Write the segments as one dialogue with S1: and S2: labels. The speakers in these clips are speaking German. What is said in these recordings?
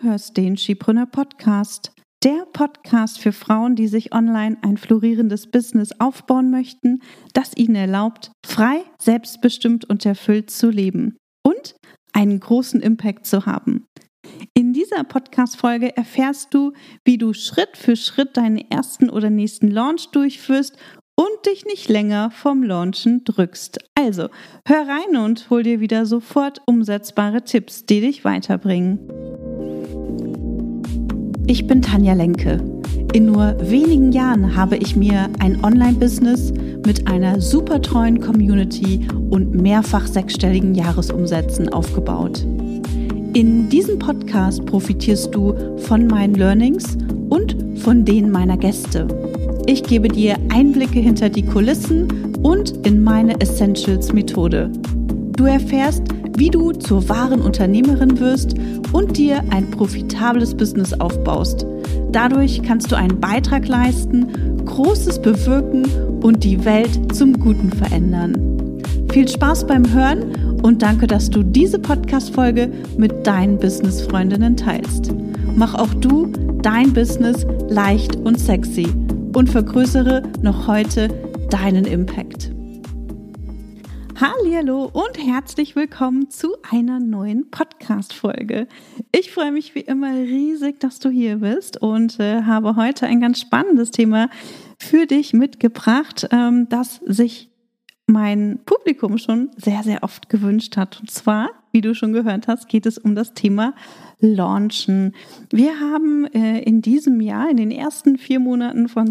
S1: hörst den Skipreneur Podcast. Der Podcast für Frauen, die sich online ein florierendes Business aufbauen möchten, das ihnen erlaubt, frei, selbstbestimmt und erfüllt zu leben und einen großen Impact zu haben. In dieser Podcast-Folge erfährst du, wie du Schritt für Schritt deinen ersten oder nächsten Launch durchführst und dich nicht länger vom Launchen drückst. Also, hör rein und hol dir wieder sofort umsetzbare Tipps, die dich weiterbringen. Ich bin Tanja Lenke. In nur wenigen Jahren habe ich mir ein Online-Business mit einer super treuen Community und mehrfach sechsstelligen Jahresumsätzen aufgebaut. In diesem Podcast profitierst du von meinen Learnings und von denen meiner Gäste. Ich gebe dir Einblicke hinter die Kulissen und in meine Essentials-Methode. Du erfährst, wie du zur wahren Unternehmerin wirst und dir ein profitables Business aufbaust. Dadurch kannst du einen Beitrag leisten, Großes bewirken und die Welt zum Guten verändern. Viel Spaß beim Hören und danke, dass du diese Podcast-Folge mit deinen Business-Freundinnen teilst. Mach auch du dein Business leicht und sexy und vergrößere noch heute deinen Impact. Hallihallo und herzlich willkommen zu einer neuen Podcast-Folge. Ich freue mich wie immer riesig, dass du hier bist und habe heute ein ganz spannendes Thema für dich mitgebracht, das sich mein Publikum schon sehr, sehr oft gewünscht hat. Und zwar, wie du schon gehört hast, geht es um das Thema Launchen. Wir haben in diesem Jahr, in den ersten 4 Monaten von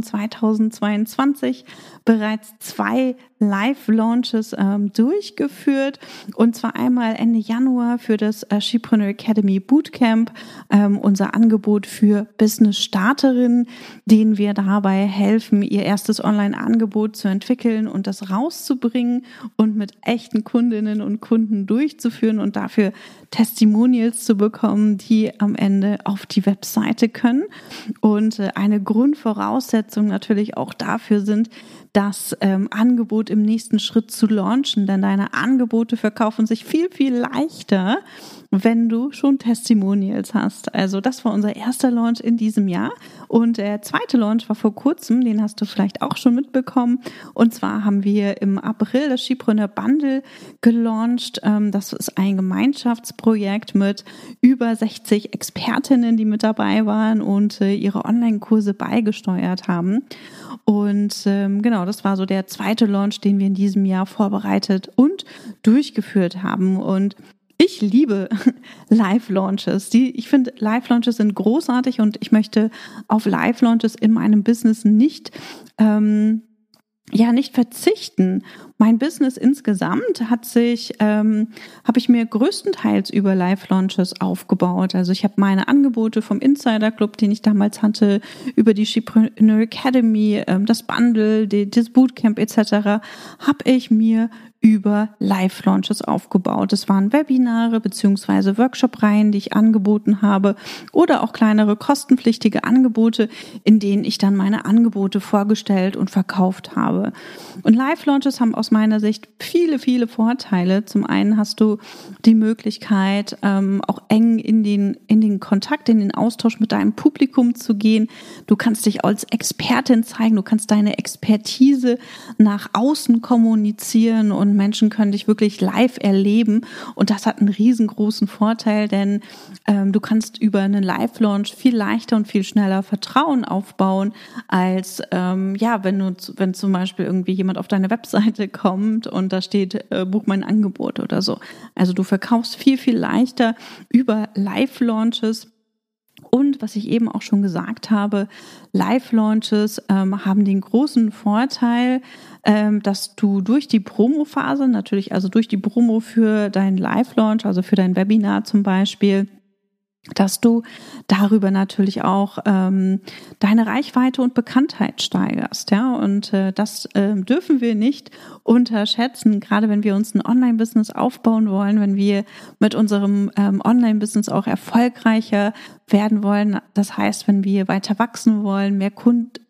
S1: 2022, bereits 2 Live-Launches durchgeführt. Und zwar einmal Ende Januar für das Skipreneur Academy Bootcamp, unser Angebot für Business-Starterinnen, denen wir dabei helfen, ihr erstes Online-Angebot zu entwickeln und das rauszubringen und mit echten Kundinnen und Kunden durchzuführen und dafür Testimonials zu bekommen, die am Ende auf die Webseite können. Und eine Grundvoraussetzung natürlich auch dafür sind, das Angebot im nächsten Schritt zu launchen, denn deine Angebote verkaufen sich viel, viel leichter, wenn du schon Testimonials hast. Also das war unser erster Launch in diesem Jahr und der zweite Launch war vor kurzem, den hast du vielleicht auch schon mitbekommen, und zwar haben wir im April das Skipreneur Bundle gelauncht. Das ist ein Gemeinschaftsprojekt mit über 60 Expertinnen, die mit dabei waren und ihre Online-Kurse beigesteuert haben. Und genau, das war so der zweite Launch, den wir in diesem Jahr vorbereitet und durchgeführt haben. Und ich liebe Live-Launches. Ich finde, Live-Launches sind großartig und ich möchte auf Live-Launches in meinem Business nicht verzichten. Mein Business insgesamt habe ich mir größtenteils über Live-Launches aufgebaut. Also ich habe meine Angebote vom Insider Club, den ich damals hatte, über die Skipreneur Academy, das Bundle, das Bootcamp etc., habe ich mir über Live-Launches aufgebaut. Es waren Webinare bzw. Workshop-Reihen, die ich angeboten habe oder auch kleinere kostenpflichtige Angebote, in denen ich dann meine Angebote vorgestellt und verkauft habe. Und Live-Launches haben aus meiner Sicht viele, viele Vorteile. Zum einen hast du die Möglichkeit, auch eng in den Kontakt, in den Austausch mit deinem Publikum zu gehen. Du kannst dich als Expertin zeigen, du kannst deine Expertise nach außen kommunizieren und Menschen können dich wirklich live erleben. Und das hat einen riesengroßen Vorteil, denn du kannst über einen Live-Launch viel leichter und viel schneller Vertrauen aufbauen, als wenn zum Beispiel irgendwie jemand auf deine Webseite kommt und da steht, buch mein Angebot oder so. Also du verkaufst viel, viel leichter über Live-Launches. Und was ich eben auch schon gesagt habe, Live-Launches haben den großen Vorteil, dass du durch die Promo-Phase, natürlich also durch die Promo für deinen Live-Launch, also für dein Webinar zum Beispiel, dass du darüber natürlich auch deine Reichweite und Bekanntheit steigerst, ja, und das dürfen wir nicht unterschätzen, gerade wenn wir uns ein Online-Business aufbauen wollen, wenn wir mit unserem Online-Business auch erfolgreicher werden wollen, das heißt, wenn wir weiter wachsen wollen, mehr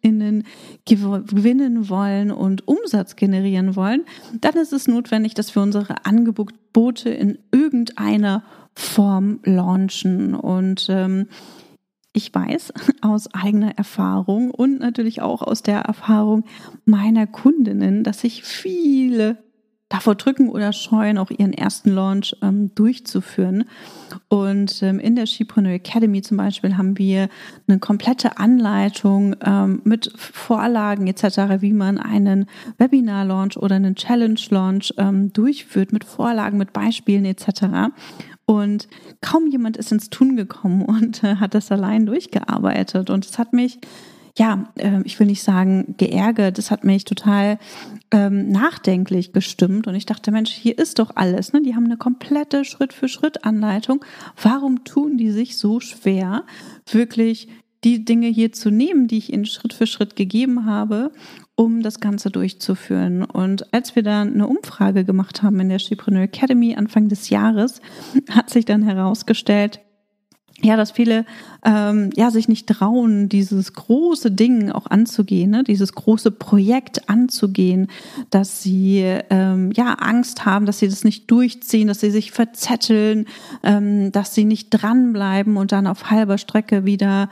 S1: KundInnen gewinnen wollen und Umsatz generieren wollen, dann ist es notwendig, dass wir unsere Angebote in irgendeiner Form launchen. Und ich weiß aus eigener Erfahrung und natürlich auch aus der Erfahrung meiner Kundinnen, dass sich viele davor drücken oder scheuen, auch ihren ersten Launch durchzuführen. Und in der Shepreneur Academy zum Beispiel haben wir eine komplette Anleitung mit Vorlagen etc., wie man einen Webinar-Launch oder einen Challenge-Launch durchführt, mit Vorlagen, mit Beispielen etc. Und kaum jemand ist ins Tun gekommen und hat das allein durchgearbeitet. Und es hat mich, ich will nicht sagen geärgert, es hat mich total nachdenklich gestimmt. Und ich dachte, Mensch, hier ist doch alles. Ne? Die haben eine komplette Schritt-für-Schritt-Anleitung. Warum tun die sich so schwer, wirklich die Dinge hier zu nehmen, die ich ihnen Schritt für Schritt gegeben habe, um das Ganze durchzuführen? Und als wir dann eine Umfrage gemacht haben in der Shepreneur Academy Anfang des Jahres, hat sich dann herausgestellt, dass viele sich nicht trauen, dieses große Ding auch anzugehen, ne? Dieses große Projekt anzugehen, dass sie Angst haben, dass sie das nicht durchziehen, dass sie sich verzetteln, dass sie nicht dranbleiben und dann auf halber Strecke wieder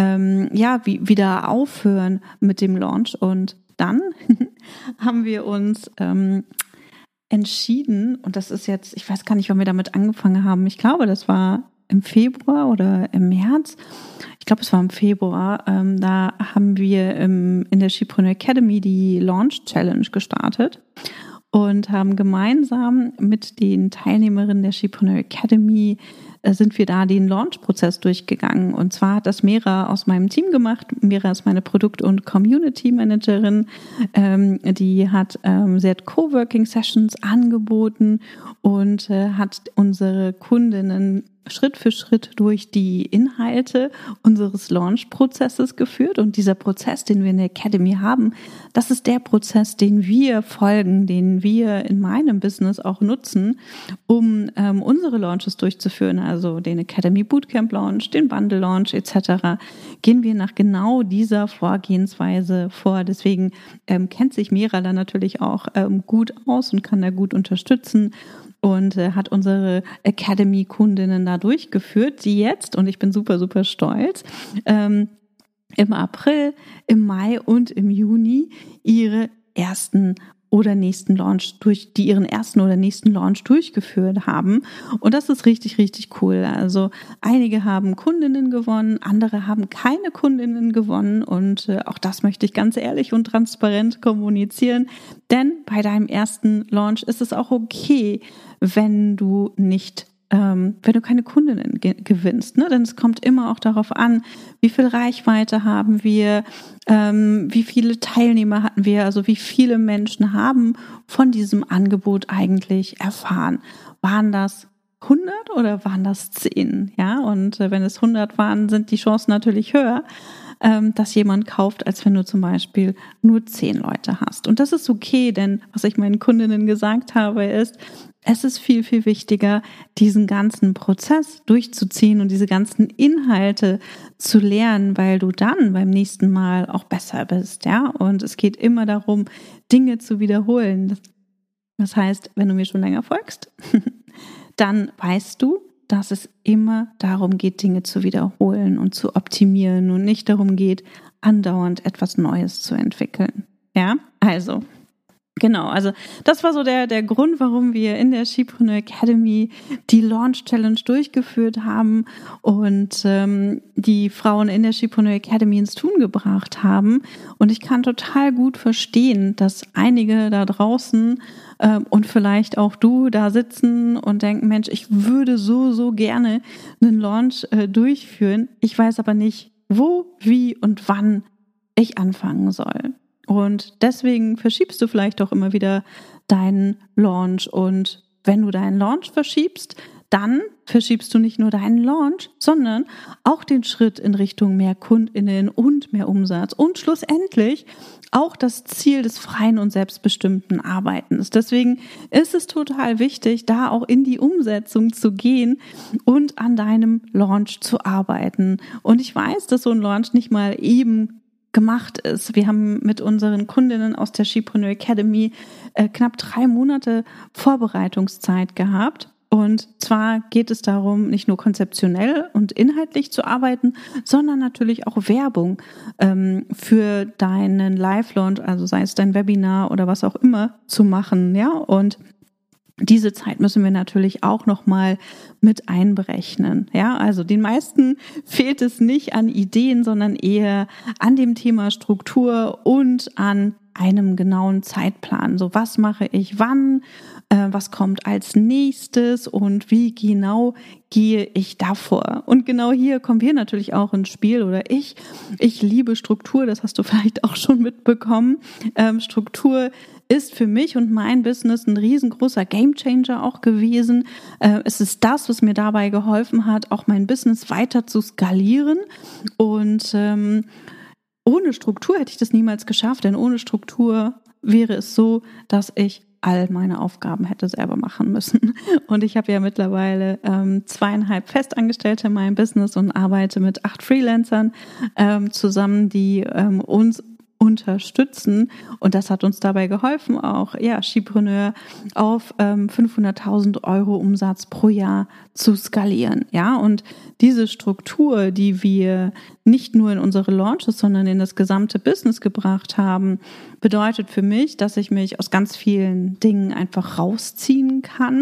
S1: wieder aufhören mit dem Launch. Und dann haben wir uns entschieden, und das ist jetzt, ich weiß gar nicht, wann wir damit angefangen haben. Ich glaube, das war im Februar oder im März. Ich glaube, es war im Februar. Da haben wir in der Shepreneur Academy die Launch Challenge gestartet und haben gemeinsam mit den Teilnehmerinnen der Shepreneur Academy sind wir da den Launch-Prozess durchgegangen. Und zwar hat das Mera aus meinem Team gemacht. Mera ist meine Produkt- und Community-Managerin. Sie hat Coworking-Sessions angeboten und hat unsere Kundinnen Schritt für Schritt durch die Inhalte unseres Launch-Prozesses geführt. Und dieser Prozess, den wir in der Academy haben, das ist der Prozess, den wir folgen, den wir in meinem Business auch nutzen, um unsere Launches durchzuführen. Also den Academy Bootcamp Launch, den Bundle Launch etc. gehen wir nach genau dieser Vorgehensweise vor. Deswegen kennt sich Mera da natürlich auch gut aus und kann da gut unterstützen. Und hat unsere Academy-Kundinnen da durchgeführt, die jetzt, und ich bin super, super stolz, im April, im Mai und im Juni ihren ersten oder nächsten Launch durchgeführt haben. Und das ist richtig, richtig cool. Also einige haben Kundinnen gewonnen, andere haben keine Kundinnen gewonnen. Und auch das möchte ich ganz ehrlich und transparent kommunizieren. Denn bei deinem ersten Launch ist es auch okay, wenn du keine Kundinnen gewinnst, ne? Denn es kommt immer auch darauf an, wie viel Reichweite haben wir, wie viele Teilnehmer hatten wir, also wie viele Menschen haben von diesem Angebot eigentlich erfahren. Waren das 100 oder waren das 10? Ja, und wenn es 100 waren, sind die Chancen natürlich höher, dass jemand kauft, als wenn du zum Beispiel nur 10 Leute hast. Und das ist okay, denn was ich meinen Kundinnen gesagt habe, ist, es ist viel, viel wichtiger, diesen ganzen Prozess durchzuziehen und diese ganzen Inhalte zu lernen, weil du dann beim nächsten Mal auch besser bist, ja. Und es geht immer darum, Dinge zu wiederholen. Das heißt, wenn du mir schon länger folgst, dann weißt du, dass es immer darum geht, Dinge zu wiederholen und zu optimieren und nicht darum geht, andauernd etwas Neues zu entwickeln. Ja, also genau, also das war so der Grund, warum wir in der Shepreneur Academy die Launch Challenge durchgeführt haben und die Frauen in der Shepreneur Academy ins Tun gebracht haben. Und ich kann total gut verstehen, dass einige da draußen und vielleicht auch du da sitzen und denken, Mensch, ich würde so gerne einen Launch durchführen. Ich weiß aber nicht, wo, wie und wann ich anfangen soll. Und deswegen verschiebst du vielleicht auch immer wieder deinen Launch. Und wenn du deinen Launch verschiebst, dann verschiebst du nicht nur deinen Launch, sondern auch den Schritt in Richtung mehr KundInnen und mehr Umsatz und schlussendlich auch das Ziel des freien und selbstbestimmten Arbeitens. Deswegen ist es total wichtig, da auch in die Umsetzung zu gehen und an deinem Launch zu arbeiten. Und ich weiß, dass so ein Launch nicht mal eben gemacht ist. Wir haben mit unseren Kundinnen aus der Skipreneur Academy knapp 3 Monate Vorbereitungszeit gehabt. Und zwar geht es darum, nicht nur konzeptionell und inhaltlich zu arbeiten, sondern natürlich auch Werbung für deinen Live-Launch, also sei es dein Webinar oder was auch immer, zu machen. Ja, und diese Zeit müssen wir natürlich auch nochmal mit einberechnen. Ja, also den meisten fehlt es nicht an Ideen, sondern eher an dem Thema Struktur und an einem genauen Zeitplan. So, was mache ich wann? Was kommt als nächstes und wie genau gehe ich davor? Und genau hier kommen wir natürlich auch ins Spiel oder ich. Ich liebe Struktur, das hast du vielleicht auch schon mitbekommen. Struktur ist für mich und mein Business ein riesengroßer Gamechanger auch gewesen. Es ist das, was mir dabei geholfen hat, auch mein Business weiter zu skalieren. Und ohne Struktur hätte ich das niemals geschafft, denn ohne Struktur wäre es so, dass ich all meine Aufgaben hätte selber machen müssen. Und ich habe ja mittlerweile 2,5 Festangestellte in meinem Business und arbeite mit 8 Freelancern zusammen, die uns unterstützen. Und das hat uns dabei geholfen, auch Skipreneur auf 500.000 Euro Umsatz pro Jahr zu skalieren. Ja, und diese Struktur, die wir nicht nur in unsere Launches, sondern in das gesamte Business gebracht haben, bedeutet für mich, dass ich mich aus ganz vielen Dingen einfach rausziehen kann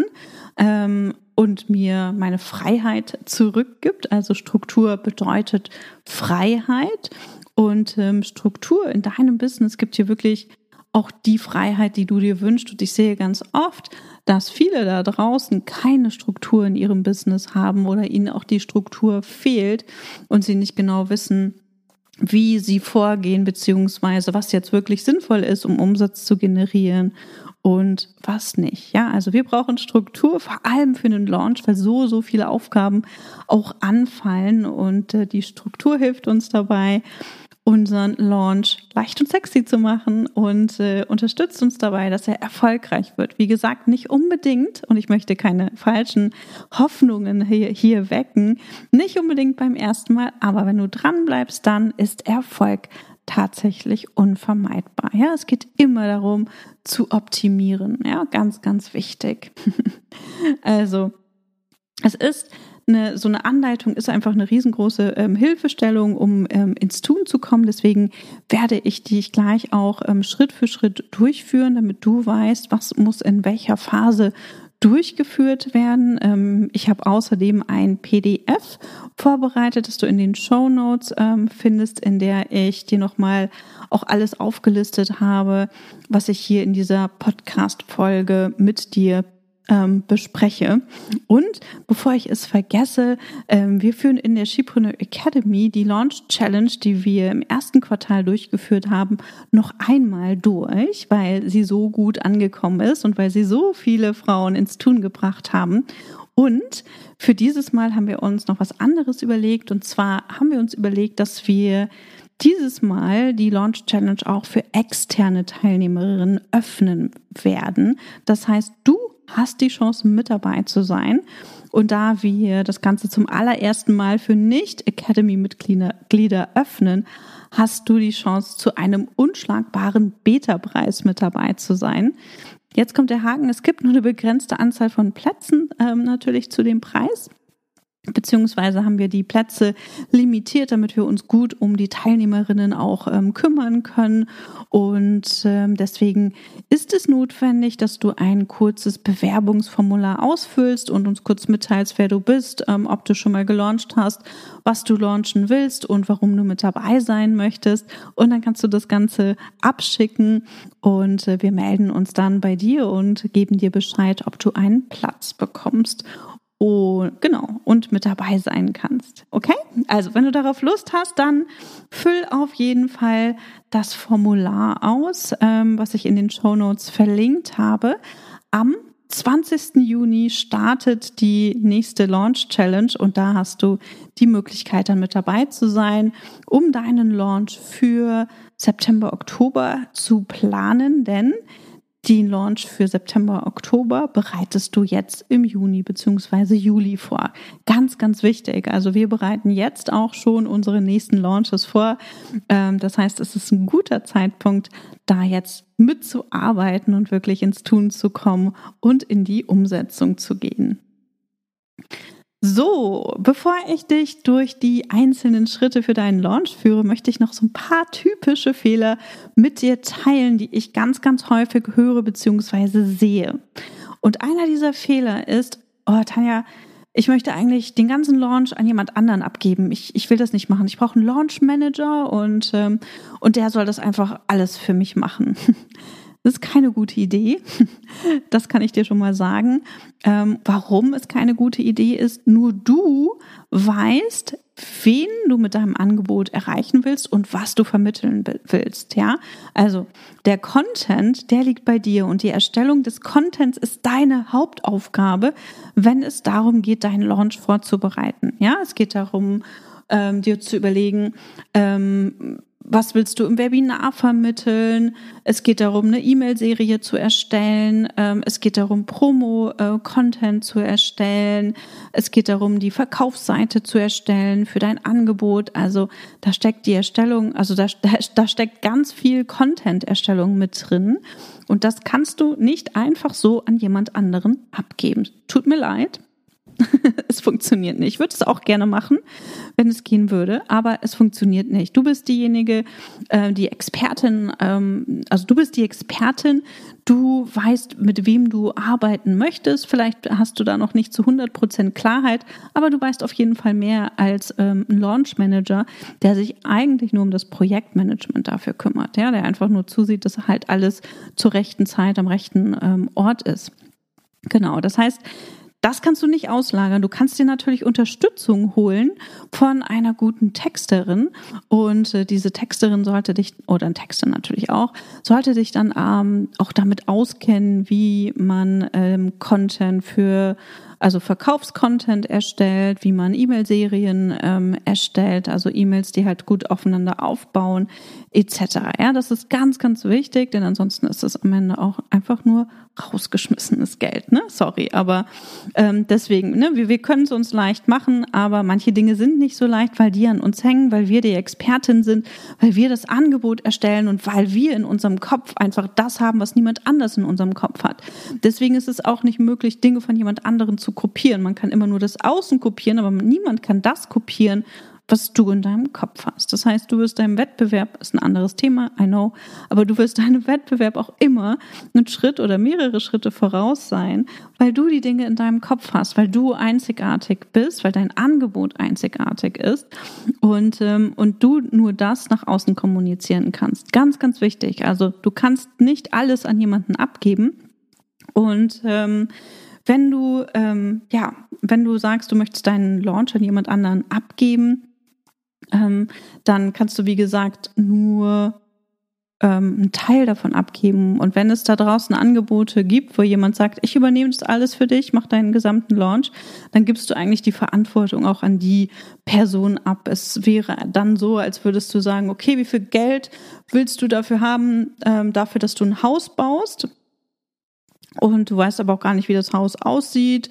S1: und mir meine Freiheit zurückgibt. Also Struktur bedeutet Freiheit. Und Struktur in deinem Business gibt dir wirklich auch die Freiheit, die du dir wünschst. Und ich sehe ganz oft, dass viele da draußen keine Struktur in ihrem Business haben oder ihnen auch die Struktur fehlt und sie nicht genau wissen, wie sie vorgehen, beziehungsweise was jetzt wirklich sinnvoll ist, um Umsatz zu generieren und was nicht. Ja, also wir brauchen Struktur, vor allem für einen Launch, weil so viele Aufgaben auch anfallen und die Struktur hilft uns dabei, unseren Launch leicht und sexy zu machen und unterstützt uns dabei, dass er erfolgreich wird. Wie gesagt, nicht unbedingt, und ich möchte keine falschen Hoffnungen hier wecken, nicht unbedingt beim ersten Mal, aber wenn du dran bleibst, dann ist Erfolg tatsächlich unvermeidbar. Ja, es geht immer darum, zu optimieren. Ja, ganz, ganz wichtig. Also, es ist so eine Anleitung ist einfach eine riesengroße Hilfestellung, um ins Tun zu kommen. Deswegen werde ich dich gleich auch Schritt für Schritt durchführen, damit du weißt, was muss in welcher Phase durchgeführt werden. Ich habe außerdem ein PDF vorbereitet, das du in den Shownotes findest, in der ich dir nochmal auch alles aufgelistet habe, was ich hier in dieser Podcast-Folge mit dir bespreche. Und bevor ich es vergesse, wir führen in der Skipreneur Academy die Launch Challenge, die wir im ersten Quartal durchgeführt haben, noch einmal durch, weil sie so gut angekommen ist und weil sie so viele Frauen ins Tun gebracht haben. Und für dieses Mal haben wir uns noch was anderes überlegt. Und zwar haben wir uns überlegt, dass wir dieses Mal die Launch Challenge auch für externe Teilnehmerinnen öffnen werden. Das heißt, du hast die Chance, mit dabei zu sein. Und da wir das Ganze zum allerersten Mal für Nicht-Academy-Mitglieder öffnen, hast du die Chance, zu einem unschlagbaren Beta-Preis mit dabei zu sein. Jetzt kommt der Haken, es gibt nur eine begrenzte Anzahl von Plätzen natürlich zu dem Preis. Beziehungsweise haben wir die Plätze limitiert, damit wir uns gut um die Teilnehmerinnen auch kümmern können. Und deswegen ist es notwendig, dass du ein kurzes Bewerbungsformular ausfüllst und uns kurz mitteilst, wer du bist, ob du schon mal gelauncht hast, was du launchen willst und warum du mit dabei sein möchtest. Und dann kannst du das Ganze abschicken und wir melden uns dann bei dir und geben dir Bescheid, ob du einen Platz bekommst. Oh, genau, und mit dabei sein kannst. Okay? Also, wenn du darauf Lust hast, dann füll auf jeden Fall das Formular aus, was ich in den Shownotes verlinkt habe. Am 20. Juni startet die nächste Launch Challenge und da hast du die Möglichkeit, dann mit dabei zu sein, um deinen Launch für September, Oktober zu planen, denn den Launch für September, Oktober bereitest du jetzt im Juni bzw. Juli vor. Ganz, ganz wichtig. Also wir bereiten jetzt auch schon unsere nächsten Launches vor. Das heißt, es ist ein guter Zeitpunkt, da jetzt mitzuarbeiten und wirklich ins Tun zu kommen und in die Umsetzung zu gehen. So, bevor ich dich durch die einzelnen Schritte für deinen Launch führe, möchte ich noch so ein paar typische Fehler mit dir teilen, die ich ganz, ganz häufig höre bzw. sehe. Und einer dieser Fehler ist, oh Tanja, ich möchte eigentlich den ganzen Launch an jemand anderen abgeben. Ich will das nicht machen. Ich brauche einen Launch Manager und der soll das einfach alles für mich machen. Das ist keine gute Idee. Das kann ich dir schon mal sagen. Warum es keine gute Idee ist, nur du weißt, wen du mit deinem Angebot erreichen willst und was du vermitteln willst. Ja, also der Content, der liegt bei dir und die Erstellung des Contents ist deine Hauptaufgabe, wenn es darum geht, deinen Launch vorzubereiten. Ja, es geht darum, dir zu überlegen, was willst du im Webinar vermitteln? Es geht darum, eine E-Mail-Serie zu erstellen. Es geht darum, Promo-Content zu erstellen. Es geht darum, die Verkaufsseite zu erstellen für dein Angebot. Also da steckt die Erstellung, also da steckt ganz viel Content-Erstellung mit drin. Und das kannst du nicht einfach so an jemand anderen abgeben. Tut mir leid. Es funktioniert nicht. Ich würde es auch gerne machen, wenn es gehen würde, aber es funktioniert nicht. Du bist diejenige, die Expertin, also du bist die Expertin, du weißt, mit wem du arbeiten möchtest. Vielleicht hast du da noch nicht zu 100% Klarheit, aber du weißt auf jeden Fall mehr als ein Launch Manager, der sich eigentlich nur um das Projektmanagement dafür kümmert, ja, der einfach nur zusieht, dass halt alles zur rechten Zeit am rechten Ort ist. Genau, das heißt, das kannst du nicht auslagern. Du kannst dir natürlich Unterstützung holen von einer guten Texterin und diese Texterin sollte dich, oder ein Texter natürlich auch, sollte dich dann auch damit auskennen, wie man Content also Verkaufscontent erstellt, wie man E-Mail-Serien erstellt, also E-Mails, die halt gut aufeinander aufbauen, etc. Ja, das ist ganz, ganz wichtig, denn ansonsten ist es am Ende auch einfach nur rausgeschmissenes Geld, ne? Sorry, aber deswegen, ne, wir können es uns leicht machen, aber manche Dinge sind nicht so leicht, weil die an uns hängen, weil wir die Expertin sind, weil wir das Angebot erstellen und weil wir in unserem Kopf einfach das haben, was niemand anders in unserem Kopf hat. Deswegen ist es auch nicht möglich, Dinge von jemand anderem zu kopieren. Man kann immer nur das Außen kopieren, aber niemand kann das kopieren, was du in deinem Kopf hast. Das heißt, du wirst deinem Wettbewerb, ist ein anderes Thema, I know, aber du wirst deinem Wettbewerb auch immer einen Schritt oder mehrere Schritte voraus sein, weil du die Dinge in deinem Kopf hast, weil du einzigartig bist, weil dein Angebot einzigartig ist und du nur das nach außen kommunizieren kannst. Ganz, ganz wichtig. Also du kannst nicht alles an jemanden abgeben und wenn du sagst, du möchtest deinen Launch an jemand anderen abgeben, dann kannst du, wie gesagt, nur einen Teil davon abgeben. Und wenn es da draußen Angebote gibt, wo jemand sagt, ich übernehme das alles für dich, mach deinen gesamten Launch, dann gibst du eigentlich die Verantwortung auch an die Person ab. Es wäre dann so, als würdest du sagen, okay, wie viel Geld willst du dafür haben, dafür, dass du ein Haus baust? Und du weißt aber auch gar nicht, wie das Haus aussieht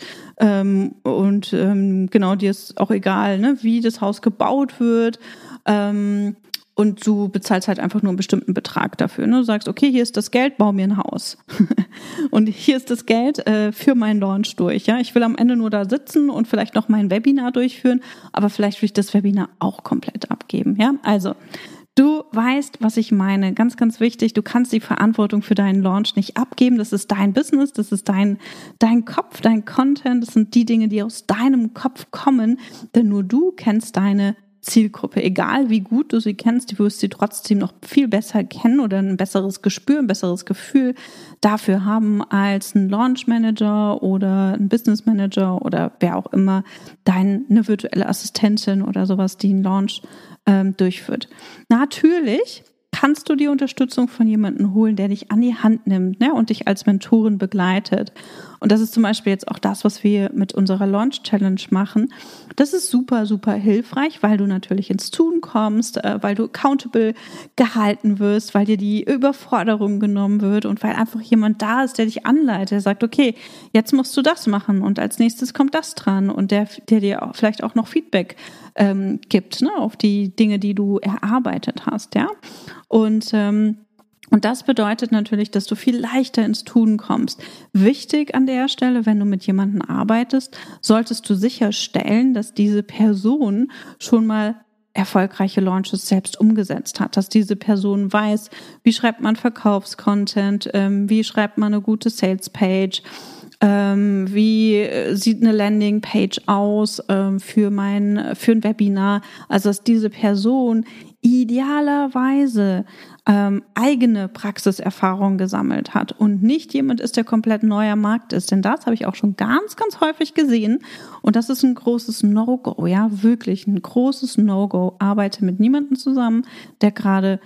S1: genau, dir ist auch egal, ne, wie das Haus gebaut wird und du bezahlst halt einfach nur einen bestimmten Betrag dafür. Ne? Du sagst, okay, hier ist das Geld, bau mir ein Haus und hier ist das Geld für meinen Launch durch. Ja, ich will am Ende nur da sitzen und vielleicht noch mein Webinar durchführen, aber vielleicht will ich das Webinar auch komplett abgeben. Ja, also du weißt, was ich meine. Ganz, ganz wichtig. Du kannst die Verantwortung für deinen Launch nicht abgeben. Das ist dein Business. Das ist dein Kopf, dein Content. Das sind die Dinge, die aus deinem Kopf kommen. Denn nur du kennst deine Zielgruppe. Egal wie gut du sie kennst, du wirst sie trotzdem noch viel besser kennen oder ein besseres Gespür, ein besseres Gefühl dafür haben als ein Launch Manager oder ein Business Manager oder wer auch immer eine virtuelle Assistentin oder sowas, die einen Launch durchführt. Natürlich kannst du die Unterstützung von jemandem holen, der dich an die Hand nimmt, ne, und dich als Mentorin begleitet. Und das ist zum Beispiel jetzt auch das, was wir mit unserer Launch Challenge machen. Das ist super, super hilfreich, weil du natürlich ins Tun kommst, weil du accountable gehalten wirst, weil dir die Überforderung genommen wird und weil einfach jemand da ist, der dich anleitet, der sagt, okay, jetzt musst du das machen und als nächstes kommt das dran und der dir auch vielleicht auch noch Feedback gibt, ne, auf die Dinge, die du erarbeitet hast, ja. Und das bedeutet natürlich, dass du viel leichter ins Tun kommst. Wichtig an der Stelle, wenn du mit jemandem arbeitest, solltest du sicherstellen, dass diese Person schon mal erfolgreiche Launches selbst umgesetzt hat, dass diese Person weiß, wie schreibt man Verkaufscontent, wie schreibt man eine gute Salespage, wie sieht eine Landingpage aus für ein Webinar. Also dass diese Person idealerweise eigene Praxiserfahrung gesammelt hat und nicht jemand ist, der komplett neu am Markt ist. Denn das habe ich auch schon ganz, ganz häufig gesehen. Und das ist ein großes No-Go, ja, wirklich ein großes No-Go. Arbeite mit niemandem zusammen, der gerade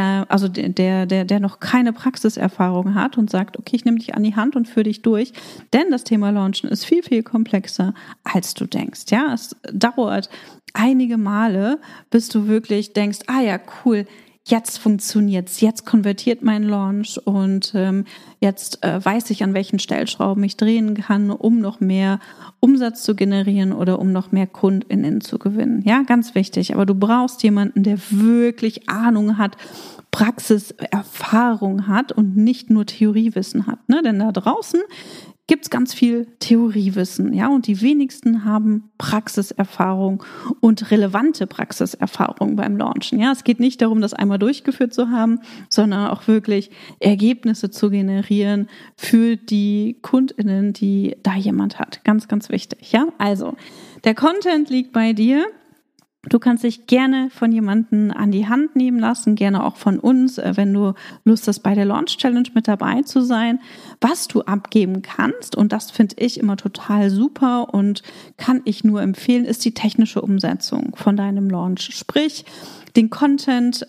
S1: der noch keine Praxiserfahrung hat und sagt, okay, ich nehme dich an die Hand und führe dich durch. Denn das Thema Launchen ist viel, viel komplexer, als du denkst. Ja, es dauert einige Male, bis du wirklich denkst, ah ja, cool, jetzt funktioniert's, jetzt konvertiert mein Launch und jetzt weiß ich, an welchen Stellschrauben ich drehen kann, um noch mehr Umsatz zu generieren oder um noch mehr KundInnen zu gewinnen. Ja, ganz wichtig. Aber du brauchst jemanden, der wirklich Ahnung hat, Praxiserfahrung hat und nicht nur Theoriewissen hat. Ne? Denn da draußen gibt's ganz viel Theoriewissen, ja, und die wenigsten haben Praxiserfahrung und relevante Praxiserfahrung beim Launchen, ja. Es geht nicht darum, das einmal durchgeführt zu haben, sondern auch wirklich Ergebnisse zu generieren für die KundInnen, die da jemand hat. Ganz, ganz wichtig, ja. Also, der Content liegt bei dir. Du kannst dich gerne von jemandem an die Hand nehmen lassen, gerne auch von uns, wenn du Lust hast, bei der Launch Challenge mit dabei zu sein. Was du abgeben kannst, und das finde ich immer total super und kann ich nur empfehlen, ist die technische Umsetzung von deinem Launch. Sprich, den Content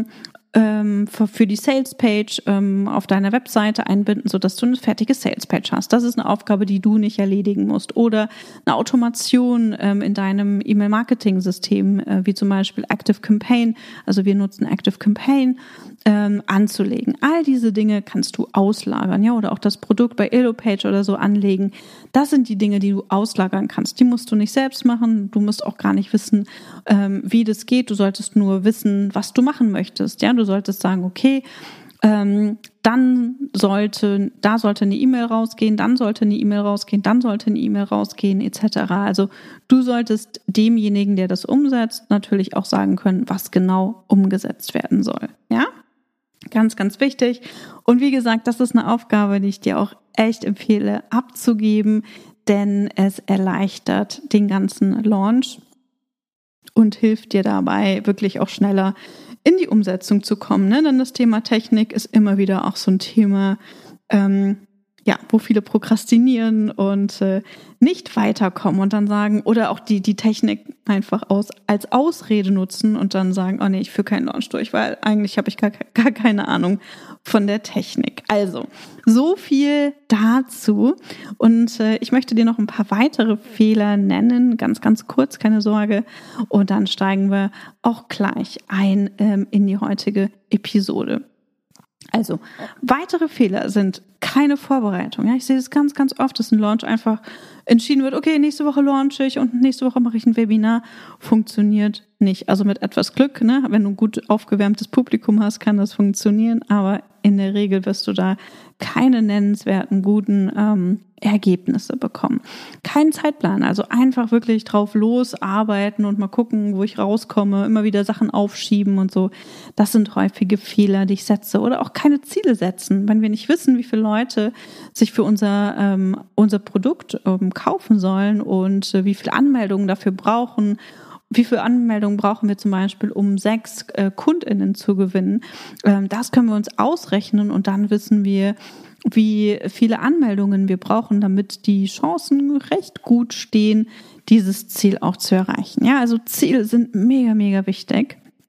S1: für die Salespage auf deiner Webseite einbinden, sodass du eine fertige Salespage hast. Das ist eine Aufgabe, die du nicht erledigen musst. Oder eine Automation in deinem E-Mail-Marketing-System, wie zum Beispiel ActiveCampaign. Also wir nutzen ActiveCampaign anzulegen. All diese Dinge kannst du auslagern, ja, oder auch das Produkt bei Elopage oder so anlegen. Das sind die Dinge, die du auslagern kannst. Die musst du nicht selbst machen. Du musst auch gar nicht wissen, wie das geht. Du solltest nur wissen, was du machen möchtest. Ja, du solltest sagen, okay, dann sollte eine E-Mail rausgehen, dann sollte eine E-Mail rausgehen, dann sollte eine E-Mail rausgehen, etc. Also du solltest demjenigen, der das umsetzt, natürlich auch sagen können, was genau umgesetzt werden soll. Ja? Ganz, ganz wichtig. Und wie gesagt, das ist eine Aufgabe, die ich dir auch echt empfehle abzugeben, denn es erleichtert den ganzen Launch und hilft dir dabei, wirklich auch schneller in die Umsetzung zu kommen. Ne? Denn das Thema Technik ist immer wieder auch so ein Thema, wo viele prokrastinieren und nicht weiterkommen und dann sagen, oder auch die Technik einfach als Ausrede nutzen und dann sagen, oh nee, ich führe keinen Launch durch, weil eigentlich habe ich gar keine Ahnung von der Technik. Also, so viel dazu. Und ich möchte dir noch ein paar weitere Fehler nennen, ganz, ganz kurz, keine Sorge. Und dann steigen wir auch gleich ein in die heutige Episode. Also, weitere Fehler sind keine Vorbereitung. Ja, ich sehe das ganz, ganz oft, dass ein Launch einfach entschieden wird, okay, nächste Woche launche ich und nächste Woche mache ich ein Webinar. Funktioniert nicht. Also mit etwas Glück, ne? Wenn du ein gut aufgewärmtes Publikum hast, kann das funktionieren, aber in der Regel wirst du da keine nennenswerten guten Ergebnisse bekommen. Keinen Zeitplan, also einfach wirklich drauf losarbeiten und mal gucken, wo ich rauskomme, immer wieder Sachen aufschieben und so. Das sind häufige Fehler, die ich setze. Oder auch keine Ziele setzen. Wenn wir nicht wissen, wie viele Leute sich für unser Produkt kaufen sollen und wie viele Anmeldungen dafür brauchen. Wie viele Anmeldungen brauchen wir zum Beispiel, um 6 KundInnen zu gewinnen? Das können wir uns ausrechnen und dann wissen wir, wie viele Anmeldungen wir brauchen, damit die Chancen recht gut stehen, dieses Ziel auch zu erreichen. Ja, also Ziele sind mega, mega wichtig.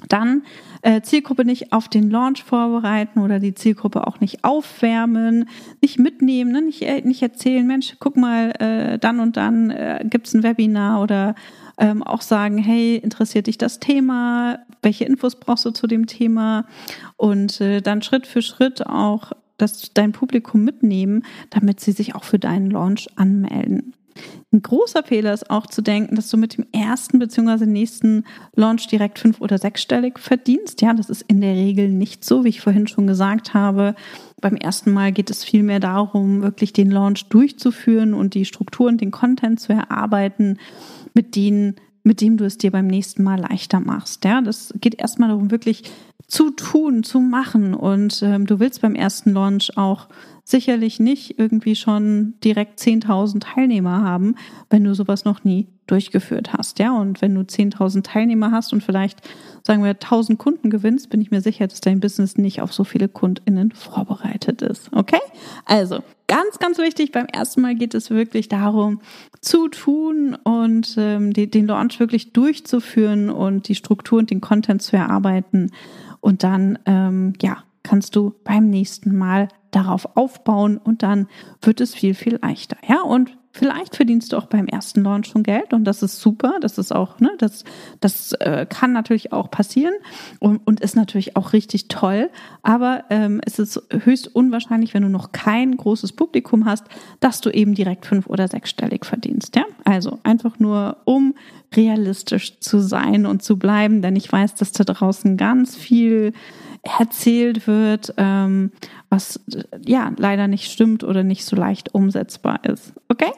S1: Dann Zielgruppe nicht auf den Launch vorbereiten oder die Zielgruppe auch nicht aufwärmen, nicht mitnehmen, ne? Nicht erzählen, Mensch, guck mal, dann und dann gibt's ein Webinar oder auch sagen, hey, interessiert dich das Thema? Welche Infos brauchst du zu dem Thema? Und dann Schritt für Schritt auch dein Publikum mitnehmen, damit sie sich auch für deinen Launch anmelden. Ein großer Fehler ist auch zu denken, dass du mit dem ersten bzw. nächsten Launch direkt 5- oder 6-stellig verdienst. Ja, das ist in der Regel nicht so, wie ich vorhin schon gesagt habe. Beim ersten Mal geht es vielmehr darum, wirklich den Launch durchzuführen und die Strukturen, den Content zu erarbeiten, mit dem du es dir beim nächsten Mal leichter machst. Ja, das geht erstmal darum, wirklich zu tun, zu machen. Und du willst beim ersten Launch auch sicherlich nicht irgendwie schon direkt 10.000 Teilnehmer haben, wenn du sowas noch nie durchgeführt hast. Ja, und wenn du 10.000 Teilnehmer hast und vielleicht, sagen wir, 1.000 Kunden gewinnst, bin ich mir sicher, dass dein Business nicht auf so viele KundInnen vorbereitet ist. Okay? Also, ganz, ganz wichtig, beim ersten Mal geht es wirklich darum, zu tun und den Launch wirklich durchzuführen und die Struktur und den Content zu erarbeiten. Und dann, kannst du beim nächsten Mal darauf aufbauen und dann wird es viel, viel leichter. Ja, und vielleicht verdienst du auch beim ersten Launch schon Geld und das ist super. Das ist auch, das kann natürlich auch passieren und ist natürlich auch richtig toll. Aber es ist höchst unwahrscheinlich, wenn du noch kein großes Publikum hast, dass du eben direkt 5- oder 6-stellig verdienst. Ja, also einfach nur, um realistisch zu sein und zu bleiben, denn ich weiß, dass da draußen ganz viel erzählt wird, was leider nicht stimmt oder nicht so leicht umsetzbar ist. Okay?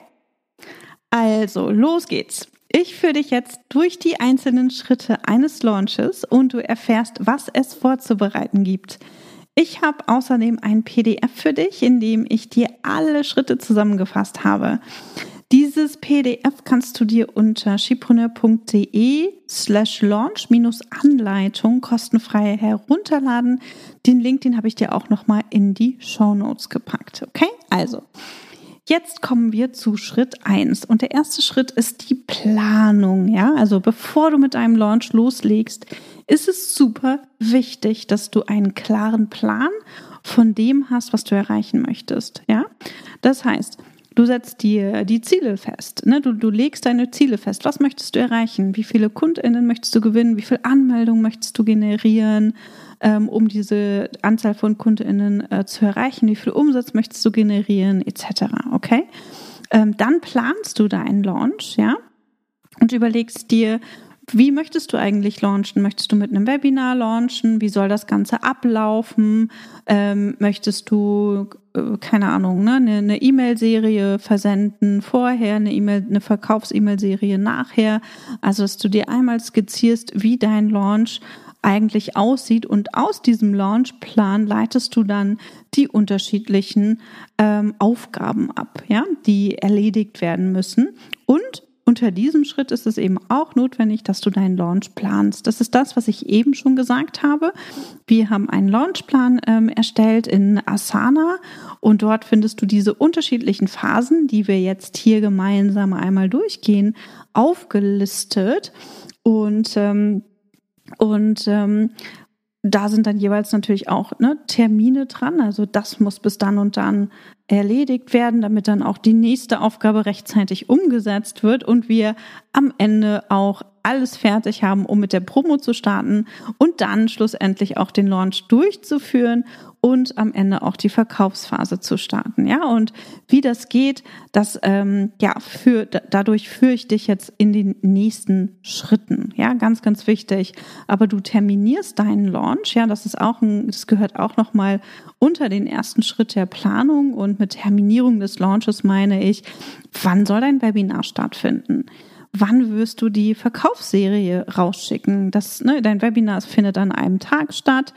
S1: Also, los geht's. Ich führe dich jetzt durch die einzelnen Schritte eines Launches und du erfährst, was es vorzubereiten gibt. Ich habe außerdem ein PDF für dich, in dem ich dir alle Schritte zusammengefasst habe. Dieses PDF kannst du dir unter shipreneur.de/launch-Anleitung kostenfrei herunterladen. Den Link, den habe ich dir auch nochmal in die Shownotes gepackt. Okay? Also, jetzt kommen wir zu Schritt 1. Und der erste Schritt ist die Planung. Ja? Also, bevor du mit deinem Launch loslegst, ist es super wichtig, dass du einen klaren Plan von dem hast, was du erreichen möchtest. Ja? Das heißt, du setzt dir die Ziele fest. Ne? Du legst deine Ziele fest. Was möchtest du erreichen? Wie viele KundInnen möchtest du gewinnen? Wie viele Anmeldungen möchtest du generieren, um diese Anzahl von KundInnen zu erreichen? Wie viel Umsatz möchtest du generieren? Etc. Okay? Dann planst du deinen Launch, ja, und überlegst dir, wie möchtest du eigentlich launchen? Möchtest du mit einem Webinar launchen? Wie soll das Ganze ablaufen? Möchtest du, keine Ahnung, eine E-Mail-Serie versenden vorher, eine Verkaufs-E-Mail-Serie nachher? Also, dass du dir einmal skizzierst, wie dein Launch eigentlich aussieht und aus diesem Launchplan leitest du dann die unterschiedlichen Aufgaben ab, ja, die erledigt werden müssen. Und unter diesem Schritt ist es eben auch notwendig, dass du deinen Launch planst. Das ist das, was ich eben schon gesagt habe. Wir haben einen Launchplan erstellt in Asana und dort findest du diese unterschiedlichen Phasen, die wir jetzt hier gemeinsam einmal durchgehen, aufgelistet und da sind dann jeweils natürlich auch Termine dran. Also das muss bis dann und dann erledigt werden, damit dann auch die nächste Aufgabe rechtzeitig umgesetzt wird und wir am Ende auch alles fertig haben, um mit der Promo zu starten und dann schlussendlich auch den Launch durchzuführen und am Ende auch die Verkaufsphase zu starten. Ja, und wie das geht, dadurch führe ich dich jetzt in den nächsten Schritten. Ja, ganz, ganz wichtig. Aber du terminierst deinen Launch. Ja, das gehört auch nochmal unter den ersten Schritt der Planung und mit Terminierung des Launches meine ich, wann soll dein Webinar stattfinden? Wann wirst du die Verkaufsserie rausschicken? Dein Webinar findet an einem Tag statt.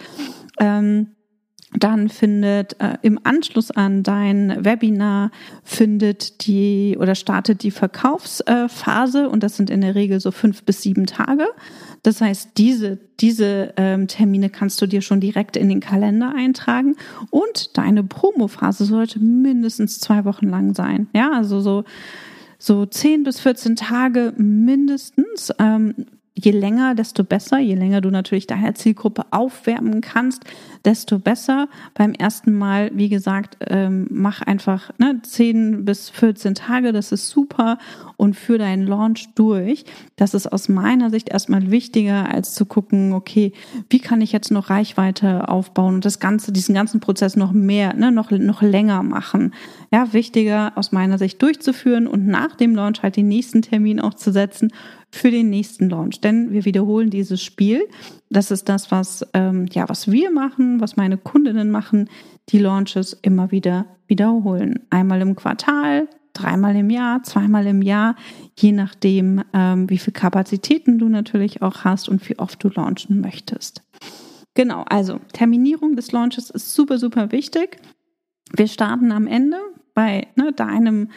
S1: Dann findet im Anschluss an dein Webinar startet die Verkaufsphase und das sind in der Regel so 5 bis 7 Tage. Das heißt, diese Termine kannst du dir schon direkt in den Kalender eintragen und deine Promophase sollte mindestens 2 Wochen lang sein. Ja, also so 10 bis 14 Tage mindestens. je länger, desto besser. Je länger du natürlich deine Zielgruppe aufwärmen kannst, desto besser. Beim ersten Mal, wie gesagt, mach einfach 10 bis 14 Tage, das ist super, und führ deinen Launch durch. Das ist aus meiner Sicht erstmal wichtiger, als zu gucken, okay, wie kann ich jetzt noch Reichweite aufbauen und diesen ganzen Prozess noch mehr, noch länger machen. Ja, wichtiger aus meiner Sicht durchzuführen und nach dem Launch halt den nächsten Termin auch zu setzen für den nächsten Launch. Denn wir wiederholen dieses Spiel. Das ist das, was wir machen, was meine Kundinnen machen, die Launches immer wieder wiederholen. Einmal im Quartal, 3-mal im Jahr, 2-mal im Jahr, je nachdem, wie viel Kapazitäten du natürlich auch hast und wie oft du launchen möchtest. Genau, also Terminierung des Launches ist super, super wichtig. Wir starten am Ende bei deinem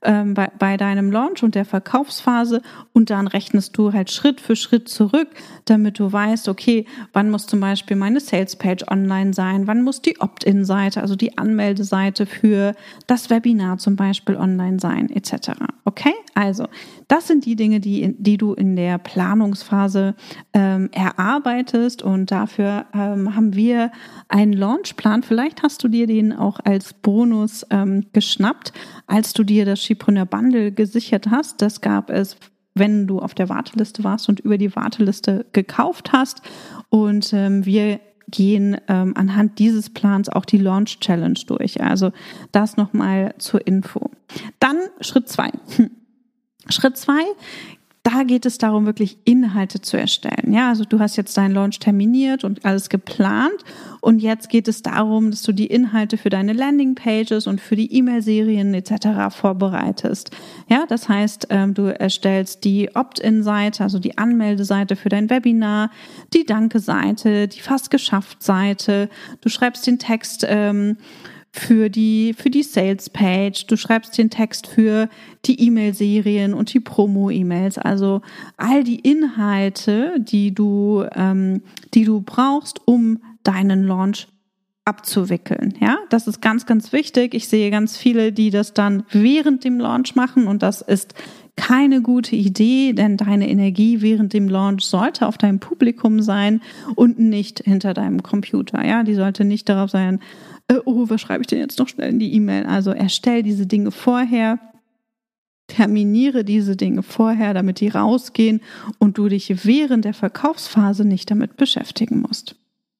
S1: Launch und der Verkaufsphase, und dann rechnest du halt Schritt für Schritt zurück, damit du weißt, okay, wann muss zum Beispiel meine Salespage online sein, wann muss die Opt-in-Seite, also die Anmeldeseite für das Webinar zum Beispiel online sein, etc. Okay, also das sind die Dinge, die du in der Planungsphase erarbeitest, und dafür haben wir einen Launchplan. Vielleicht hast du dir den auch als Bonus geschnappt, als du dir das Skipreneur Bundle gesichert hast. Das gab es, wenn du auf der Warteliste warst und über die Warteliste gekauft hast. Und wir gehen anhand dieses Plans auch die Launch Challenge durch. Also das nochmal zur Info. Dann Schritt 2. Schritt 2, da geht es darum, wirklich Inhalte zu erstellen. Ja, also du hast jetzt deinen Launch terminiert und alles geplant, und jetzt geht es darum, dass du die Inhalte für deine Landingpages und für die E-Mail-Serien etc. vorbereitest. Ja, das heißt, du erstellst die Opt-in-Seite, also die Anmeldeseite für dein Webinar, die Danke-Seite, die Fast-geschafft-Seite, du schreibst den Text für die Sales-Page, du schreibst den Text für die E-Mail-Serien und die Promo-E-Mails, also all die Inhalte, die du brauchst, um deinen Launch abzuwickeln. Ja, das ist ganz, ganz wichtig. Ich sehe ganz viele, die das dann während dem Launch machen, und das ist keine gute Idee, denn deine Energie während dem Launch sollte auf deinem Publikum sein und nicht hinter deinem Computer. Ja, die sollte nicht darauf sein, was schreibe ich denn jetzt noch schnell in die E-Mail? Also erstell diese Dinge vorher, terminiere diese Dinge vorher, damit die rausgehen und du dich während der Verkaufsphase nicht damit beschäftigen musst.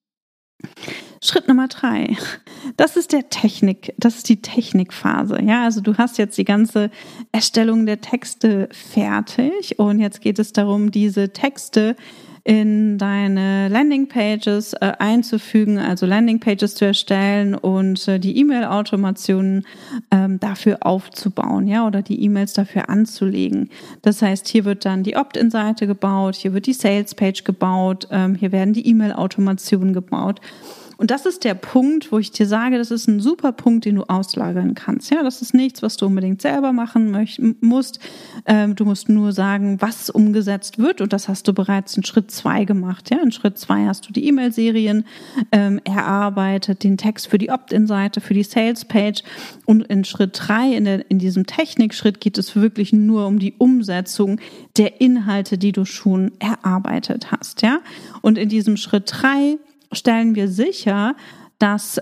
S1: Schritt Nummer 3, das ist die Technikphase. Ja, also du hast jetzt die ganze Erstellung der Texte fertig, und jetzt geht es darum, diese Texte in deine Landingpages einzufügen, also Landingpages zu erstellen und die E-Mail-Automationen dafür aufzubauen, ja, oder die E-Mails dafür anzulegen. Das heißt, hier wird dann die Opt-in-Seite gebaut, hier wird die Sales-Page gebaut, hier werden die E-Mail-Automationen gebaut. Und das ist der Punkt, wo ich dir sage, das ist ein super Punkt, den du auslagern kannst. Ja, das ist nichts, was du unbedingt selber machen musst. Du musst nur sagen, was umgesetzt wird, und das hast du bereits in Schritt 2 gemacht. Ja, in Schritt 2 hast du die E-Mail-Serien erarbeitet, den Text für die Opt-in-Seite, für die Sales-Page, und in Schritt 3, in diesem Technikschritt, geht es wirklich nur um die Umsetzung der Inhalte, die du schon erarbeitet hast. Ja, und in diesem Schritt 3 stellen wir sicher, dass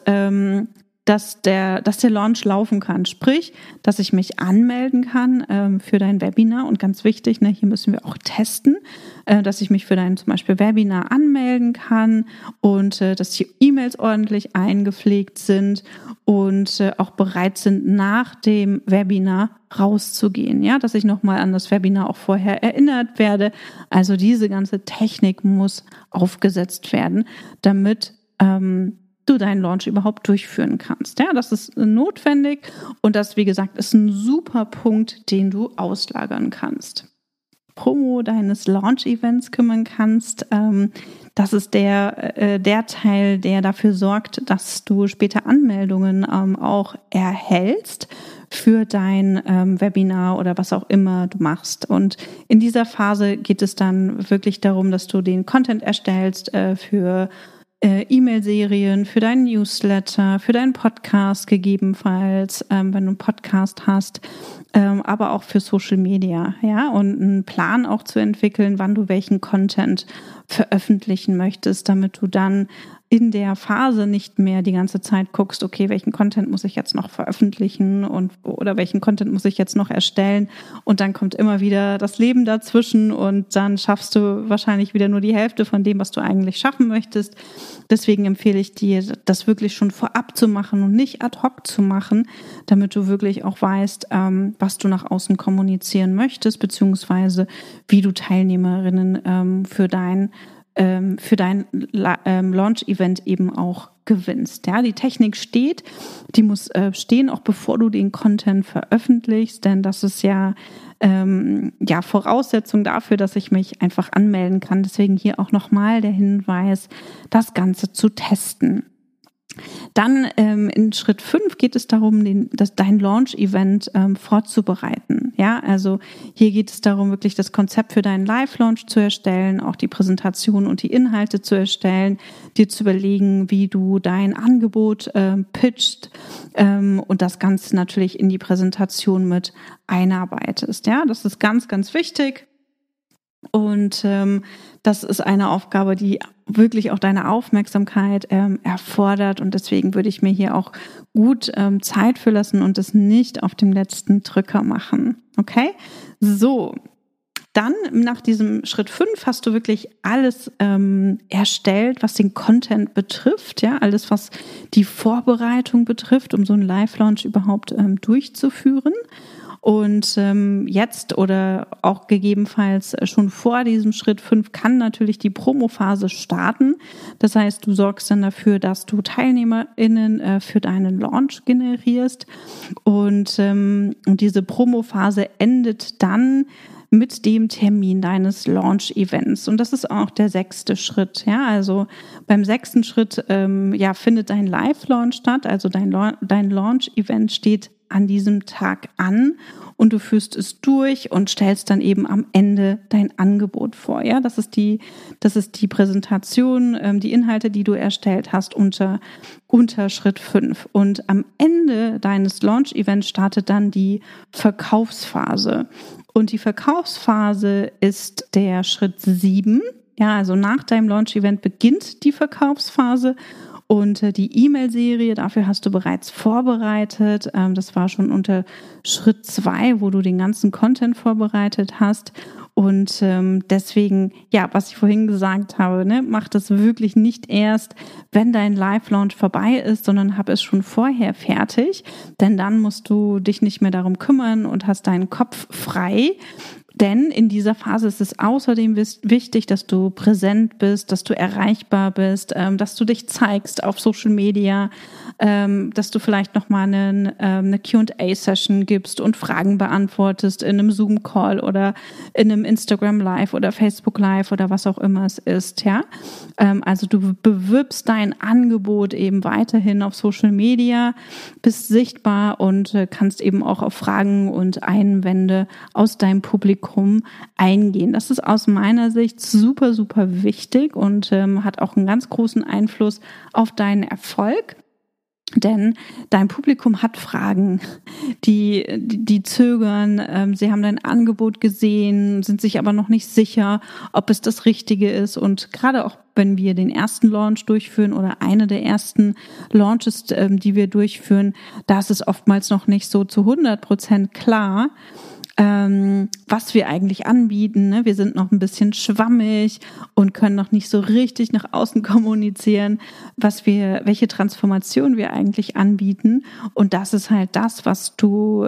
S1: der Launch laufen kann. Sprich, dass ich mich anmelden kann für dein Webinar. Und ganz wichtig, hier müssen wir auch testen, dass ich mich für dein zum Beispiel Webinar anmelden kann und dass die E-Mails ordentlich eingepflegt sind und auch bereit sind, nach dem Webinar rauszugehen. Ja, dass ich nochmal an das Webinar auch vorher erinnert werde. Also diese ganze Technik muss aufgesetzt werden, damit du deinen Launch überhaupt durchführen kannst. Ja, das ist notwendig, und das, wie gesagt, ist ein super Punkt, den du auslagern kannst. Promo deines Launch-Events kümmern kannst. Das ist der Teil, der dafür sorgt, dass du später Anmeldungen auch erhältst für dein Webinar oder was auch immer du machst. Und in dieser Phase geht es dann wirklich darum, dass du den Content erstellst für E-Mail-Serien, für deinen Newsletter, für deinen Podcast gegebenenfalls, wenn du einen Podcast hast, aber auch für Social Media, ja, und einen Plan auch zu entwickeln, wann du welchen Content veröffentlichen möchtest, damit du dann in der Phase nicht mehr die ganze Zeit guckst, okay, welchen Content muss ich jetzt noch veröffentlichen oder welchen Content muss ich jetzt noch erstellen, und dann kommt immer wieder das Leben dazwischen und dann schaffst du wahrscheinlich wieder nur die Hälfte von dem, was du eigentlich schaffen möchtest. Deswegen empfehle ich dir, das wirklich schon vorab zu machen und nicht ad hoc zu machen, damit du wirklich auch weißt, was du nach außen kommunizieren möchtest, beziehungsweise wie du Teilnehmerinnen für dein Launch-Event eben auch gewinnst. Ja, die Technik steht, die muss stehen, auch bevor du den Content veröffentlichst, denn das ist ja Voraussetzung dafür, dass ich mich einfach anmelden kann. Deswegen hier auch nochmal der Hinweis, das Ganze zu testen. Dann in Schritt 5 geht es darum, dein Launch-Event vorzubereiten. Ja, also hier geht es darum, wirklich das Konzept für deinen Live-Launch zu erstellen, auch die Präsentation und die Inhalte zu erstellen, dir zu überlegen, wie du dein Angebot pitchst und das Ganze natürlich in die Präsentation mit einarbeitest. Ja, das ist ganz, ganz wichtig. Und das ist eine Aufgabe, die wirklich auch deine Aufmerksamkeit erfordert. Und deswegen würde ich mir hier auch gut Zeit für lassen und es nicht auf dem letzten Drücker machen. Okay? So, dann nach diesem Schritt 5 hast du wirklich alles erstellt, was den Content betrifft. Ja, alles, was die Vorbereitung betrifft, um so einen Live-Launch überhaupt durchzuführen. Und jetzt oder auch gegebenenfalls schon vor diesem Schritt 5 kann natürlich die Promophase starten. Das heißt, du sorgst dann dafür, dass du TeilnehmerInnen für deinen Launch generierst. Und diese Promophase endet dann mit dem Termin deines Launch-Events. Und das ist auch der 6. Schritt. Ja, also beim 6. Schritt findet dein Live-Launch statt. Also dein Launch-Event steht an diesem Tag an und du führst es durch und stellst dann eben am Ende dein Angebot vor. Ja, das ist die Präsentation, die Inhalte, die du erstellt hast unter Schritt 5. Und am Ende deines Launch-Events startet dann die Verkaufsphase. Und die Verkaufsphase ist der Schritt 7. Ja, also nach deinem Launch-Event beginnt die Verkaufsphase. Und die E-Mail-Serie, dafür hast du bereits vorbereitet. Das war schon unter Schritt 2, wo du den ganzen Content vorbereitet hast. Und deswegen, ja, was ich vorhin gesagt habe, ne, mach das wirklich nicht erst, wenn dein Live-Launch vorbei ist, sondern hab es schon vorher fertig. Denn dann musst du dich nicht mehr darum kümmern und hast deinen Kopf frei. Denn in dieser Phase ist es außerdem wichtig, dass du präsent bist, dass du erreichbar bist, dass du dich zeigst auf Social Media, dass du vielleicht nochmal eine Q&A-Session gibst und Fragen beantwortest in einem Zoom-Call oder in einem Instagram Live oder Facebook Live oder was auch immer es ist. Ja, also du bewirbst dein Angebot eben weiterhin auf Social Media, bist sichtbar und kannst eben auch auf Fragen und Einwände aus deinem Publikum eingehen. Das ist aus meiner Sicht super, super wichtig und hat auch einen ganz großen Einfluss auf deinen Erfolg. Denn dein Publikum hat Fragen, die zögern, sie haben dein Angebot gesehen, sind sich aber noch nicht sicher, ob es das Richtige ist. Und gerade auch wenn wir den ersten Launch durchführen oder eine der ersten Launches, die wir durchführen, da ist es oftmals noch nicht so zu 100% klar, was wir eigentlich anbieten. Ne? Wir sind noch ein bisschen schwammig und können noch nicht so richtig nach außen kommunizieren, welche Transformation wir eigentlich anbieten. Und das ist halt das, was du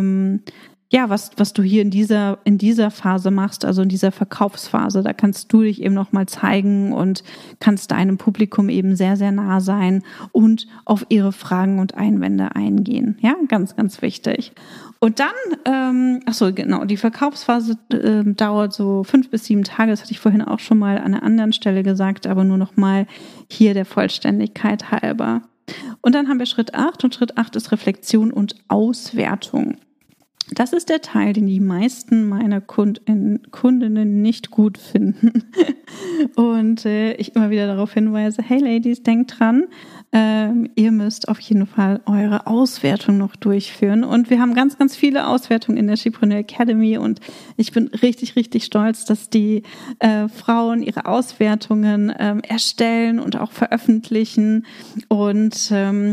S1: was du hier in dieser Phase machst, also in dieser Verkaufsphase. Da kannst du dich eben nochmal zeigen und kannst deinem Publikum eben sehr, sehr nah sein und auf ihre Fragen und Einwände eingehen. Ja, ganz, ganz wichtig. Und dann, die Verkaufsphase dauert so 5 bis 7 Tage. Das hatte ich vorhin auch schon mal an einer anderen Stelle gesagt, aber nur nochmal hier der Vollständigkeit halber. Und dann haben wir Schritt 8 und Schritt 8 ist Reflexion und Auswertung. Das ist der Teil, den die meisten meiner Kundinnen nicht gut finden. Und ich immer wieder darauf hinweise, hey Ladies, denkt dran, ihr müsst auf jeden Fall eure Auswertung noch durchführen. Und wir haben ganz, ganz viele Auswertungen in der Skipreneur Academy und ich bin richtig, richtig stolz, dass die Frauen ihre Auswertungen erstellen und auch veröffentlichen. Und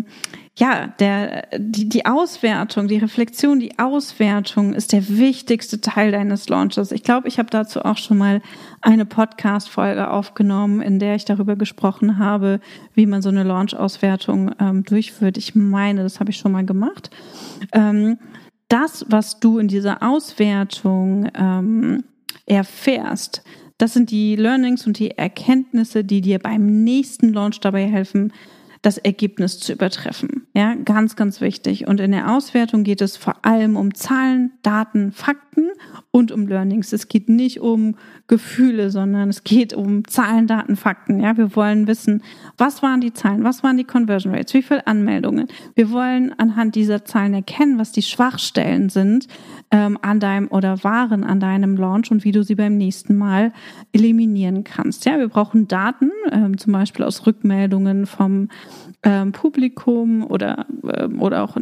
S1: die Auswertung, die Reflexion, die Auswertung ist der wichtigste Teil deines Launches. Ich glaube, ich habe dazu auch schon mal eine Podcast-Folge aufgenommen, in der ich darüber gesprochen habe, wie man so eine Launch-Auswertung durchführt. Ich meine, das habe ich schon mal gemacht. Das, was du in dieser Auswertung erfährst, das sind die Learnings und die Erkenntnisse, die dir beim nächsten Launch dabei helfen, das Ergebnis zu übertreffen. Ja, ganz, ganz wichtig. Und in der Auswertung geht es vor allem um Zahlen, Daten, Fakten und um Learnings. Es geht nicht um Gefühle, sondern es geht um Zahlen, Daten, Fakten. Ja, wir wollen wissen, was waren die Zahlen, was waren die Conversion Rates, wie viele Anmeldungen. Wir wollen anhand dieser Zahlen erkennen, was die Schwachstellen sind an deinem Launch und wie du sie beim nächsten Mal eliminieren kannst. Ja, wir brauchen Daten, zum Beispiel aus Rückmeldungen vom Publikum oder auch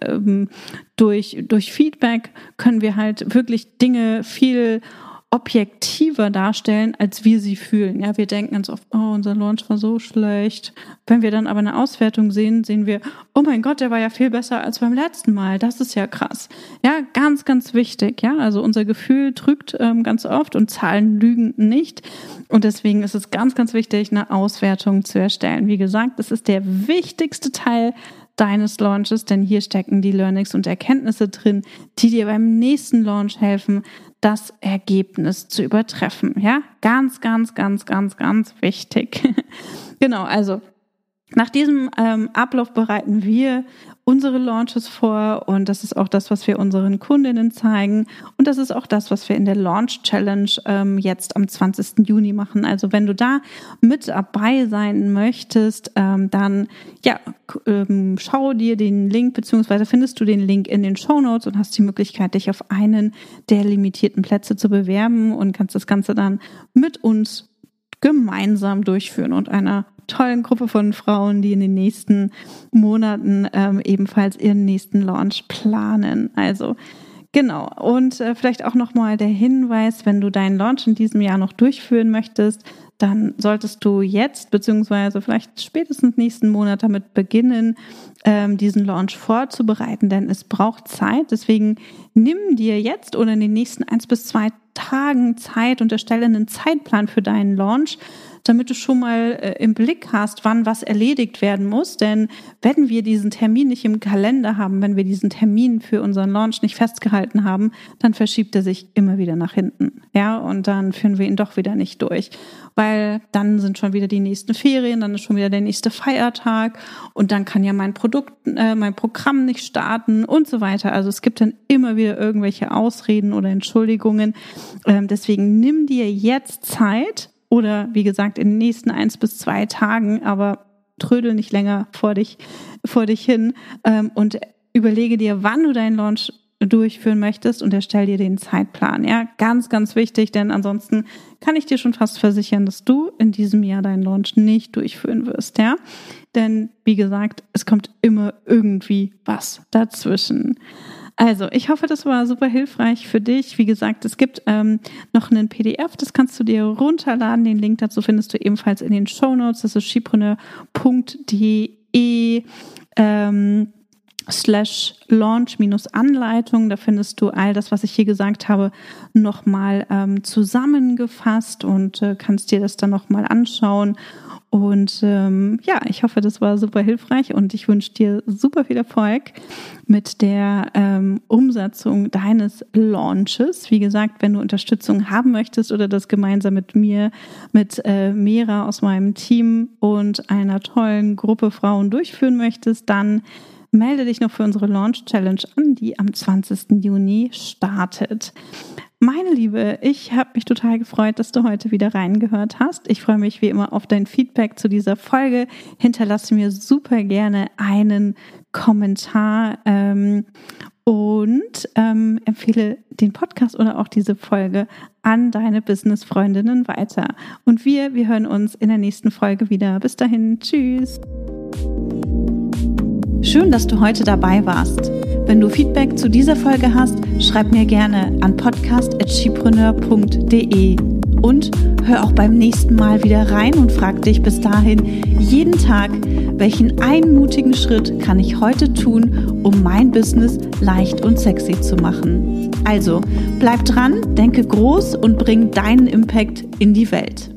S1: durch Feedback können wir halt wirklich Dinge viel objektiver darstellen, als wir sie fühlen. Ja, wir denken ganz oft, oh, unser Launch war so schlecht. Wenn wir dann aber eine Auswertung sehen wir, oh mein Gott, der war ja viel besser als beim letzten Mal. Das ist ja krass. Ja, ganz, ganz wichtig. Ja, also unser Gefühl trügt ganz oft und Zahlen lügen nicht. Und deswegen ist es ganz, ganz wichtig, eine Auswertung zu erstellen. Wie gesagt, das ist der wichtigste Teil deines Launches, denn hier stecken die Learnings und Erkenntnisse drin, die dir beim nächsten Launch helfen, das Ergebnis zu übertreffen. Ja, ganz, ganz, ganz, ganz, ganz wichtig. Genau, also nach diesem Ablauf bereiten wir unsere Launches vor und das ist auch das, was wir unseren Kundinnen zeigen und das ist auch das, was wir in der Launch Challenge jetzt am 20. Juni machen. Also wenn du da mit dabei sein möchtest, dann schau dir den Link beziehungsweise findest du den Link in den Shownotes und hast die Möglichkeit, dich auf einen der limitierten Plätze zu bewerben und kannst das Ganze dann mit uns gemeinsam durchführen und einer tollen Gruppe von Frauen, die in den nächsten Monaten ebenfalls ihren nächsten Launch planen. Also genau. Und vielleicht auch nochmal der Hinweis, wenn du deinen Launch in diesem Jahr noch durchführen möchtest, dann solltest du jetzt beziehungsweise vielleicht spätestens nächsten Monat damit beginnen, diesen Launch vorzubereiten, denn es braucht Zeit. Deswegen nimm dir jetzt oder in den nächsten 1 bis 2 Tagen Zeit und erstelle einen Zeitplan für deinen Launch, damit du schon mal im Blick hast, wann was erledigt werden muss. Denn wenn wir diesen Termin nicht im Kalender haben, wenn wir diesen Termin für unseren Launch nicht festgehalten haben, dann verschiebt er sich immer wieder nach hinten. Ja, und dann führen wir ihn doch wieder nicht durch. Weil dann sind schon wieder die nächsten Ferien, dann ist schon wieder der nächste Feiertag und dann kann ja mein Programm nicht starten und so weiter. Also es gibt dann immer wieder irgendwelche Ausreden oder Entschuldigungen. Deswegen nimm dir jetzt Zeit oder wie gesagt in den nächsten 1 bis 2 Tagen, aber trödel nicht länger vor dich hin und überlege dir, wann du deinen Launch durchführen möchtest und erstell dir den Zeitplan. Ja, ganz, ganz wichtig, denn ansonsten kann ich dir schon fast versichern, dass du in diesem Jahr deinen Launch nicht durchführen wirst. Ja, denn wie gesagt, es kommt immer irgendwie was dazwischen. Also, ich hoffe, das war super hilfreich für dich. Wie gesagt, es gibt noch einen PDF, das kannst du dir runterladen. Den Link dazu findest du ebenfalls in den Shownotes. Das ist skipreneur.de /Launch-Anleitung. Da findest du all das, was ich hier gesagt habe, nochmal zusammengefasst und kannst dir das dann nochmal anschauen. Und ich hoffe, das war super hilfreich und ich wünsche dir super viel Erfolg mit der Umsetzung deines Launches. Wie gesagt, wenn du Unterstützung haben möchtest oder das gemeinsam mit mir, mit Mera aus meinem Team und einer tollen Gruppe Frauen durchführen möchtest, dann melde dich noch für unsere Launch Challenge an, die am 20. Juni startet. Meine Liebe, ich habe mich total gefreut, dass du heute wieder reingehört hast. Ich freue mich wie immer auf dein Feedback zu dieser Folge. Hinterlasse mir super gerne einen Kommentar und empfehle den Podcast oder auch diese Folge an deine Business-Freundinnen weiter. Und wir hören uns in der nächsten Folge wieder. Bis dahin, tschüss. Schön, dass du heute dabei warst. Wenn du Feedback zu dieser Folge hast, schreib mir gerne an podcast@skipreneur.de und hör auch beim nächsten Mal wieder rein und frag dich bis dahin jeden Tag, welchen einen mutigen Schritt kann ich heute tun, um mein Business leicht und sexy zu machen. Also, bleib dran, denke groß und bring deinen Impact in die Welt.